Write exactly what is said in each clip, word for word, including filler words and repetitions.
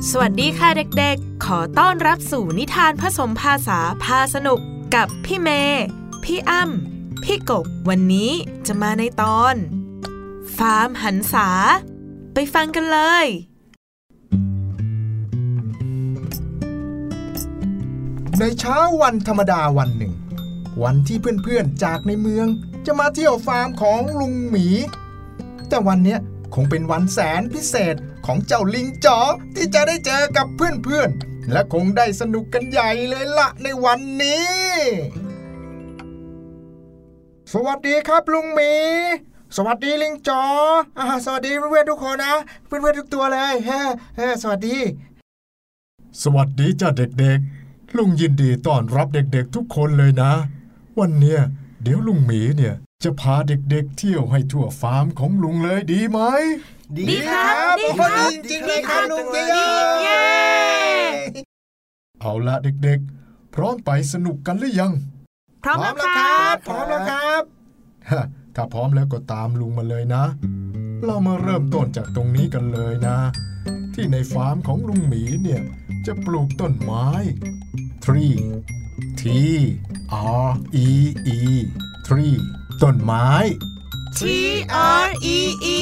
สวัสดีค่ะเด็กๆขอต้อนรับสู่นิทานผสมภาษาพาสนุกกับพี่เมย์พี่อ้ำพี่กบวันนี้จะมาในตอนฟาร์มหันษาไปฟังกันเลยในเช้าวันธรรมดาวันหนึ่งวันที่เพื่อนๆจากในเมืองจะมาเที่ยวฟาร์มของลุงหมีแต่วันนี้คงเป็นวันแสนพิเศษของเจ้าลิงจ๋อที่จะได้เจอกับเพื่อนๆและคงได้สนุกกันใหญ่เลยละในวันนี้สวัสดีครับลุงหมีสวัสดีลิงจ๋ออ่าสวัสดีเพื่อนๆทุกคนนะเพื่อนๆทุกตัวเลยเฮ้เฮ้สวัสดีสวัสดีจ้าเด็กๆลุงยินดีต้อนรับเด็กๆทุกคนเลยนะวันเนี้ยเดี๋ยวลุงหมีเนี่ยจะพาเด็กๆเที่ยวให้ทั่วฟาร์มของลุงเลยดีไหมดีครับดีครับจริงๆครับลุงเย้เอาละเด็กๆพร้อมไปสนุกกันหรือยังพร้อมแล้วครับพร้อมแล้วครับถ้าพร้อมแล้วก็ตามลุงมาเลยนะเรามาเริ่มต้นจากตรงนี้กันเลยนะที่ในฟาร์มของลุงหมีเนี่ยจะปลูกต้นไม้ tree T R E E tree ต้นไม้ T R E E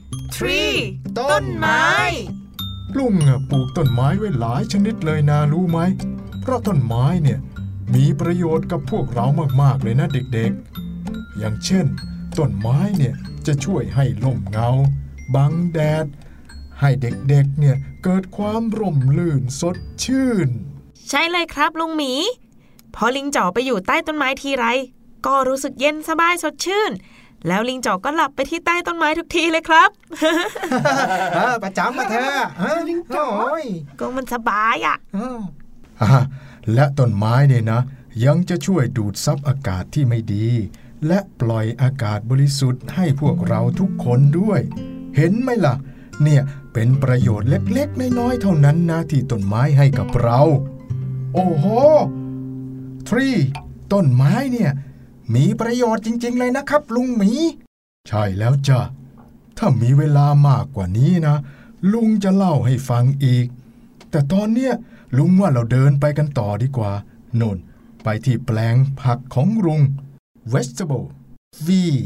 tree ต้นไม้ลุงปลูกต้นไม้ไว้หลายชนิดเลยนะรู้ไหมเพราะต้นไม้เนี่ยมีประโยชน์กับพวกเรามากๆเลยนะเด็กๆอย่างเช่นต้นไม้เนี่ยจะช่วยให้ร่มเงาบังแดดให้เด็กๆเนี่ยเกิดความร่มรื่นสดชื่นใช่เลยครับลุงหมีพอลิงจ๋อไปอยู่ใต้ต้นไม้ทีไรก็รู้สึกเย็นสบายสดชื่นแล้วลิงจ๋อก็หลับไปที่ใต้ต้นไม้ทุกทีเลยครับประจำมาเถอะลิงจ๋อก็มันสบายอ่ะและต้นไม้เนี่ยนะยังจะช่วยดูดซับอากาศที่ไม่ดีและปล่อยอากาศบริสุทธิ์ให้พวกเราทุกคนด้วยเห็นไหมล่ะเนี่ยเป็นประโยชน์เล็กๆน้อยๆเท่านั้นนะที่ต้นไม้ให้กับเราโอ้โหทรีต้นไม้เนี่ยมีประโยชน์จริงๆเลยนะครับลุงหมีใช่แล้วจ้ะถ้ามีเวลามากกว่านี้นะลุงจะเล่าให้ฟังอีกแต่ตอนเนี้ยลุงว่าเราเดินไปกันต่อดีกว่าโน่นไปที่แปลงผักของลุง vegetable V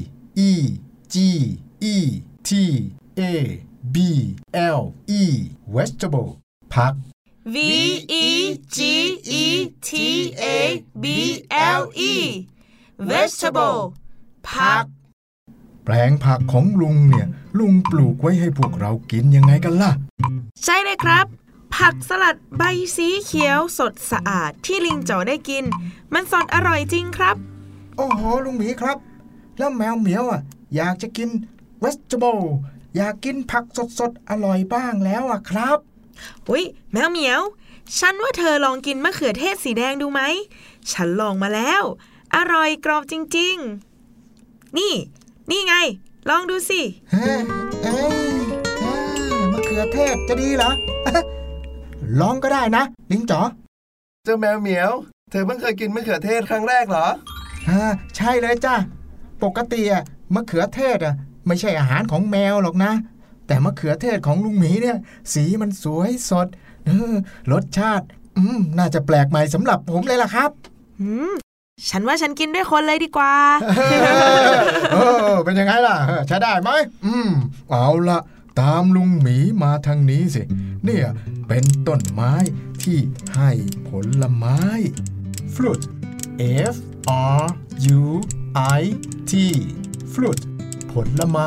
E G E T A B L E vegetable ผัก V E G E T A B L E vegetable ผักแปลงผักของลุงเนี่ยลุงปลูกไว้ให้พวกเรากินยังไงกันล่ะใช่เลยครับผักสลัดใบสีเขียวสดสะอาดที่ลิงจ๋อได้กินมันสดอร่อยจริงครับโอ้โหลุงหมีครับแล้วแมวเหมียวอ่ะอยากจะกิน vegetable อยากกินผักสดๆอร่อยบ้างแล้วอ่ะครับอุ๊ยแมวเหมียวฉันว่าเธอลองกินมะเขือเทศสีแดงดูไหมฉันลองมาแล้วอร่อยกรอบจริงๆนี่นี่ไงลองดูสิเฮ้ยเอ้ยมะเขือเทศจะดีเหรอ ลองก็ได้นะลิงจ๋อเจ้าแมวเหมียวเธอเพิ่งเคยกินมะเขือเทศครั้งแรกเหรออ่าใช่เลยจ้ะปกติอ่ะมะเขือเทศอ่ะไม่ใช่อาหารของแมวหรอกนะแต่มะเขือเทศของลุงหมีเนี่ยสีมันสวยสดเออรสชาติอืมน่าจะแปลกใหม่สำหรับผมเลยล่ะครับอืมฉันว่าฉันกินด้วยคนเลยดีกว่าเออเป็นยังไงล่ะใช้ได้ไหมอืมเอาละตามลุงหมีมาทางนี้สิเนี่ยเป็นต้นไม้ที่ให้ผลไม้ fruit F R U I T fruit ผลไม้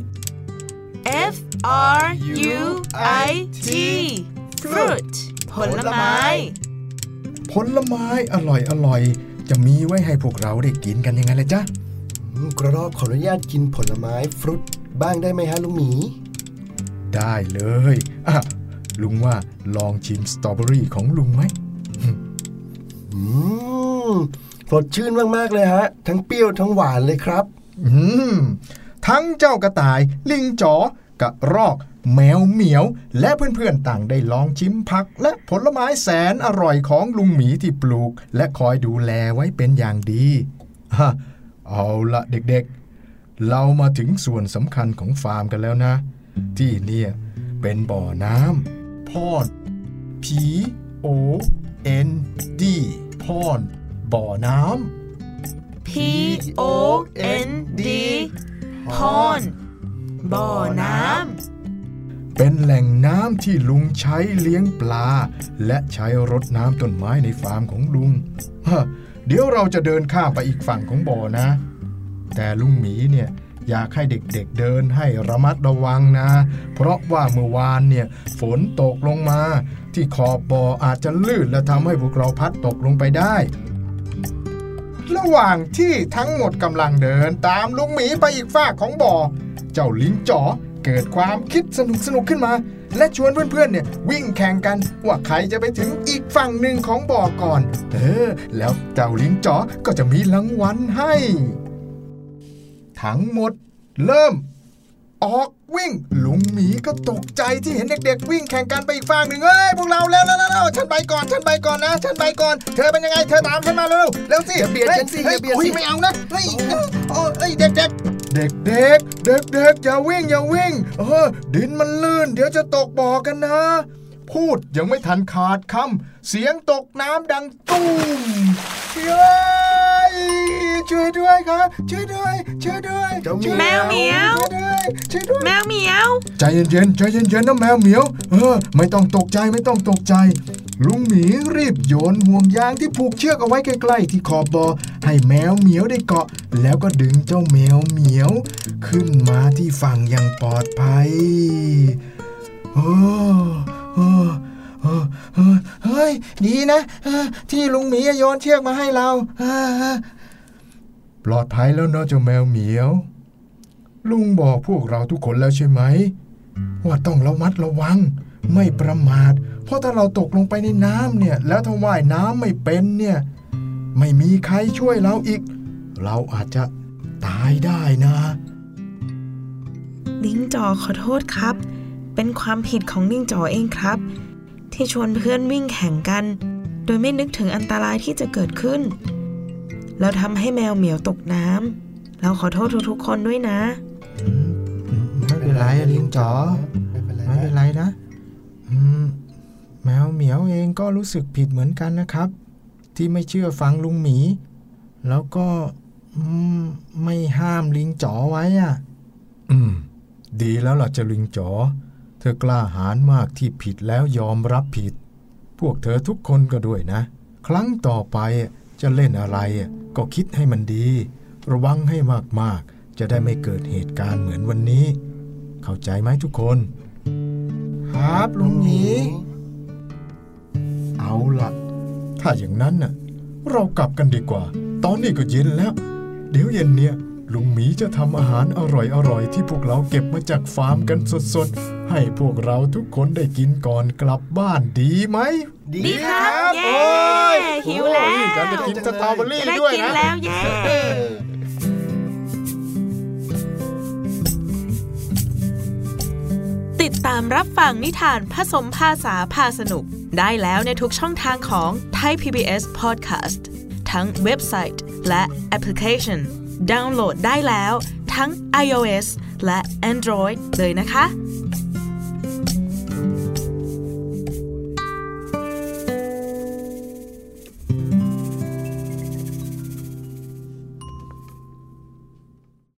F R U I T fruit ผลไม้ผลไม้อร่อยอร่อยจะมีไว้ให้พวกเราได้กินกันยังไงล่ะจ๊ะกระรอกขออนุญาตกินผลไม้ฟรุตบ้างได้ไหมฮะลุงหมีได้เลยอ่ะลุงว่าลองชิมสตรอเบอรี่ของลุงไหมอืมสดชื่นมากๆเลยฮะทั้งเปรี้ยวทั้งหวานเลยครับอืมทั้งเจ้ากระต่ายลิงจ๋อกระรอกแมวเหมียวและเพื่อนๆต่างได้ลองชิมผักและผลไม้แสนอร่อยของลุงหมีที่ปลูกและคอยดูแลไว้เป็นอย่างดีเอาละเด็กๆเรามาถึงส่วนสำคัญของฟาร์มกันแล้วนะที่เนี่ยเป็นบ่อน้ำพ่อ P O N D พอนบ่อน้ำ P O N D พอนบ่อน้ำเป็นแหล่งน้ำที่ลุงใช้เลี้ยงปลาและใช้รดน้ำต้นไม้ในฟาร์มของลุงฮะเดี๋ยวเราจะเดินข้ามไปอีกฝั่งของบ่อนะแต่ลุงหมีเนี่ยอยากให้เด็กๆ เ, เดินให้ระมัดระวังนะเพราะว่าเมื่อวานเนี่ยฝนตกลงมาที่ขอบบ่ออาจจะลื่นและทำให้พวกเราพัดตกลงไปได้ระหว่างที่ทั้งหมดกำลังเดินตามลุงหมีไปอีกฝากของบ่อเจ้าลิงจ๋อเกิดความคิดสนุกสนุกขึ้นมาและชวนเพื่อนๆเนี่ยวิ่งแข่งกันว่าใครจะไปถึงอีกฝั่งหนึ่งของบ่อก่อนเออแล้วเจ้าลิงจ๋อก็จะมีรางวัลให้ทั้งหมดเริ่มออกวิ่งลุงหมีก็ตกใจที่เห็นเด็กๆวิ่งแข่งกันไปอีกฝั่งหนึ่งเอ้ยพวกเราเร็วๆๆฉันไปก่อนฉันไปก่อนนะฉันไปก่อนเธอเป็นยังไงเธอตามฉันมาเร็วเร็วสิเบียดฉันสิเบียดสิไม่เอานะเฮ้ยโอ้ยเด็กๆเด็กๆเด็กๆอย่าวิ่งอย่าวิ่งเออดินมันลื่นเดี๋ยวจะตกบ่อกันนะพูดยังไม่ทันขาดคำเสียงตกน้ำดังตุ้มเย้ช่วยด้วยครับช่วยด้วยช่วยด้วยแมวเหมียวช่วยด้วยแมวเหมียวใจเย็นๆใจเย็นๆนะแมวเหมียวเออไม่ต้องตกใจไม่ต้องตกใจลุงหมีรีบโยนห่วงยางที่ผูกเชือกเอาไว้ใกล้ๆที่ขอบบ่อให้แมวเหมียวได้เกาะแล้วก็ดึงเจ้าแมวเหมียวขึ้นมาที่ฝั่งอย่างปลอดภัยโอ้โอ้โอ้เฮ้ยดีนะที่ลุงหมีโยนเชือกมาให้เราปลอดภัยแล้วเนาะเจ้าแมวเหมียวลุงบอกพวกเราทุกคนแล้วใช่ไหมว่าต้องระมัดระวังไม่ประมาทเพราะถ้าเราตกลงไปในน้ำเนี่ยแล้วถ้าว่ายน้ำไม่เป็นเนี่ยไม่มีใครช่วยเราอีกเราอาจจะตายได้นะลิงจ๋อขอโทษครับเป็นความผิดของลิงจ๋อเองครับที่ชวนเพื่อนวิ่งแข่งกันโดยไม่นึกถึงอันตรายที่จะเกิดขึ้นแล้วทำให้แมวเหมียวตกน้ำเราขอโทษทุกๆคนด้วยนะไม่เป็นไรลิงจ๋อไม่เป็นไรนะแมวเหมียวเองก็รู้สึกผิดเหมือนกันนะครับที่ไม่เชื่อฟังลุงหมีแล้วก็ไม่ห้ามลิงจ๋อไว้อ่ะอืมดีแล้วล่ะเจ้าลิงจ๋อเธอกล้าหาญมากที่ผิดแล้วยอมรับผิดพวกเธอทุกคนก็ด้วยนะครั้งต่อไปจะเล่นอะไรก็คิดให้มันดีระวังให้มากๆจะได้ไม่เกิดเหตุการณ์เหมือนวันนี้เข้าใจไหมทุกคนครับลุงหมีเอาล่ะถ้าอย่างนั้นน่ะเรากลับกันดีกว่าตอนนี้ก็เย็นแล้วเดี๋ยวเย็นเนี่ยลุงหมีจะทำอาหารอร่อยๆที่พวกเราเก็บมาจากฟาร์มกันสดๆให้พวกเราทุกคนได้กินก่อนกลับบ้านดีไหมดีครับเย้หิวแล้วจะได้กินสตรอเบอรี่ด้วยนะได้กินแล้วเย้ติดตามรับฟังนิทานผสมภาษาพาสนุกได้แล้วในทุกช่องทางของ Thai พี บี เอส Podcast ทั้งเว็บไซต์และแอปพลิเคชันดาวน์โหลดได้แล้วทั้ง iOS และ Android เลยนะคะ